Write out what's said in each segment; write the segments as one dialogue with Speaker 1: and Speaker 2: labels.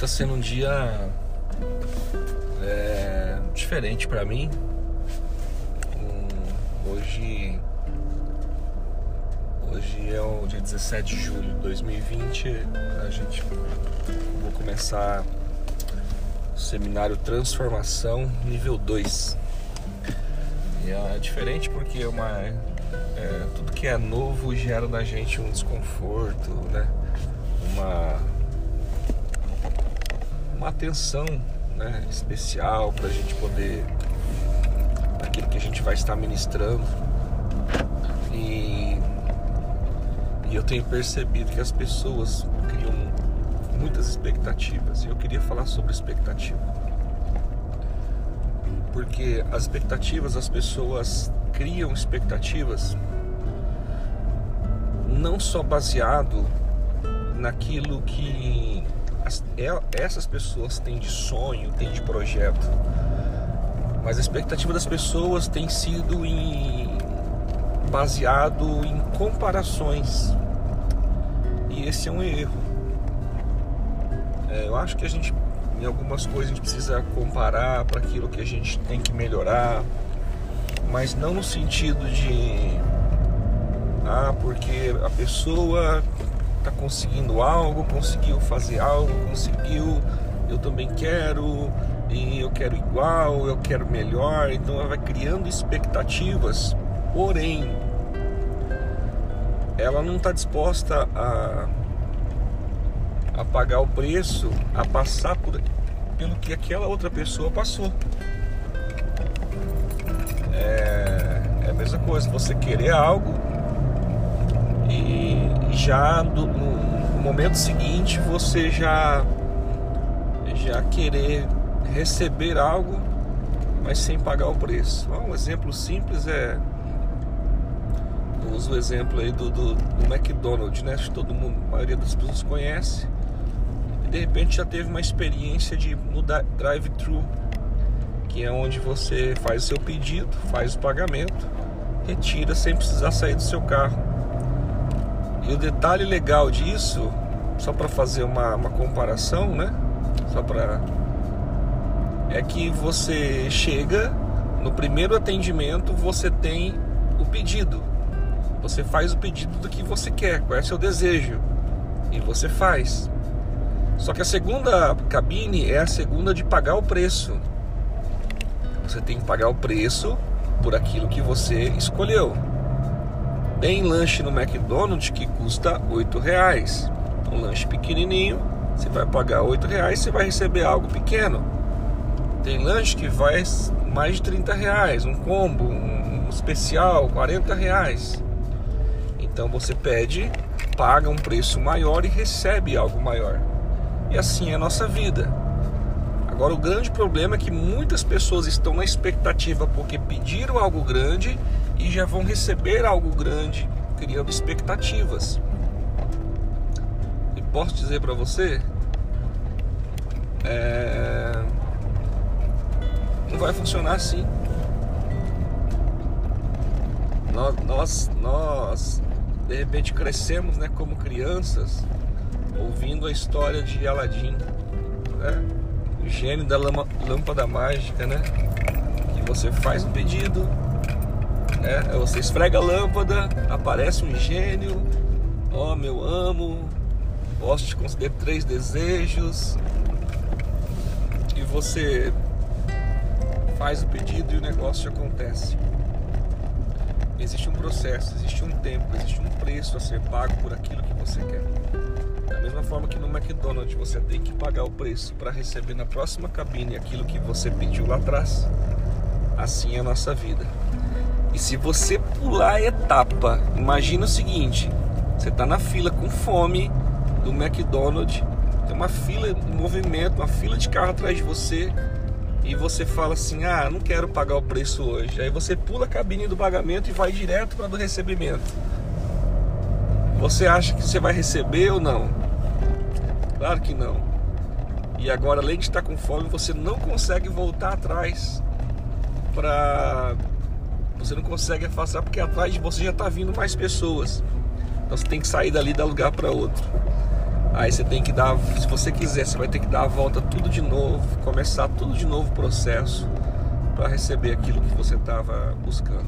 Speaker 1: tá sendo um dia diferente pra mim. Hoje é o dia 17 de julho de 2020. Vou começar o seminário Transformação nível 2. E é diferente porque tudo que é novo gera na gente um desconforto, né? Uma atenção, né, especial pra gente poder, aquilo que a gente vai estar ministrando. E eu tenho percebido que as pessoas criam muitas expectativas, e eu queria falar sobre expectativa, porque as pessoas criam expectativas não só baseado naquilo que essas pessoas têm de sonho, têm de projeto, mas a expectativa das pessoas tem sido baseado em comparações, e esse é um erro. Eu acho que em algumas coisas a gente precisa comparar para aquilo que a gente tem que melhorar, mas não no sentido de porque a pessoa está conseguindo algo, conseguiu fazer algo, eu também quero, e eu quero igual, eu quero melhor. Então ela vai criando expectativas, porém ela não está disposta a pagar o preço, a passar pelo que aquela outra pessoa passou. É a mesma coisa, você querer algo e já no momento seguinte você já querer receber algo, mas sem pagar o preço. Um exemplo simples eu uso o exemplo aí do McDonald's, né? Acho que a maioria das pessoas conhece. E de repente já teve uma experiência no drive-thru, que é onde você faz o seu pedido, faz o pagamento, retira sem precisar sair do seu carro. E o detalhe legal disso, só para fazer uma comparação, né? É que você chega no primeiro atendimento, você tem o pedido, você faz o pedido do que você quer, qual é o seu desejo, e você faz. Só que a segunda cabine é a segunda de pagar o preço. Você tem que pagar o preço por aquilo que você escolheu. Tem lanche no McDonald's que custa R$8. Um lanche pequenininho, você vai pagar R$8, você vai receber algo pequeno. Tem lanche que vai mais de R$30, um combo, um especial, R$40. Então você paga um preço maior e recebe algo maior. E assim é a nossa vida. Agora, o grande problema é que muitas pessoas estão na expectativa porque pediram algo grande e já vão receber algo grande, criando expectativas. E posso dizer para você, não vai funcionar assim. Nós de repente crescemos, né, como crianças, ouvindo a história de Aladim, né? O gênio da lâmpada mágica, né? Que você faz um pedido, você esfrega a lâmpada, aparece um gênio. Meu amo, posso te conceder 3 desejos. E você faz o pedido e o negócio acontece. Existe um processo, existe um tempo, existe um preço a ser pago por aquilo que você quer. Da mesma forma que no McDonald's você tem que pagar o preço para receber na próxima cabine aquilo que você pediu lá atrás, assim é a nossa vida. E se você pular a etapa, imagina o seguinte: você está na fila com fome do McDonald's, tem uma fila em movimento, uma fila de carro atrás de você, e você fala assim: não quero pagar o preço hoje. Aí você pula a cabine do pagamento e vai direto para o recebimento. Você acha que você vai receber ou não? Claro que não. E agora, além de estar com fome, você não consegue voltar atrás você não consegue afastar, porque atrás de você já está vindo mais pessoas. Então você tem que sair dali e dar lugar para outro. Aí você tem que dar, se você quiser, você vai ter que dar a volta tudo de novo, começar tudo de novo o processo para receber aquilo que você estava buscando.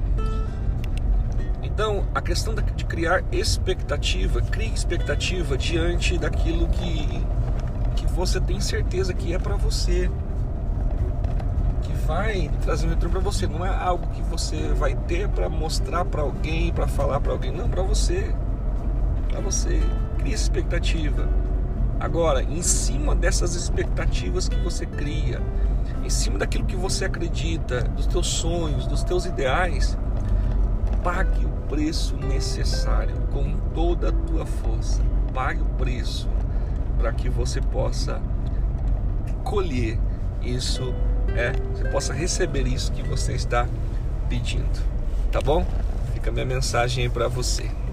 Speaker 1: Então, a questão de criar expectativa, crie expectativa diante daquilo que você tem certeza que é para você, que vai trazer um retorno para você. Não é algo que você vai ter para mostrar para alguém, para falar para alguém, não, para você. Para você, crie expectativa. Agora, em cima dessas expectativas que você cria, em cima daquilo que você acredita, dos teus sonhos, dos teus ideais, pague o preço necessário com toda a tua força. Pague o preço para que você possa colher isso, você possa receber isso que você está pedindo. Tá bom? Fica a minha mensagem aí para você.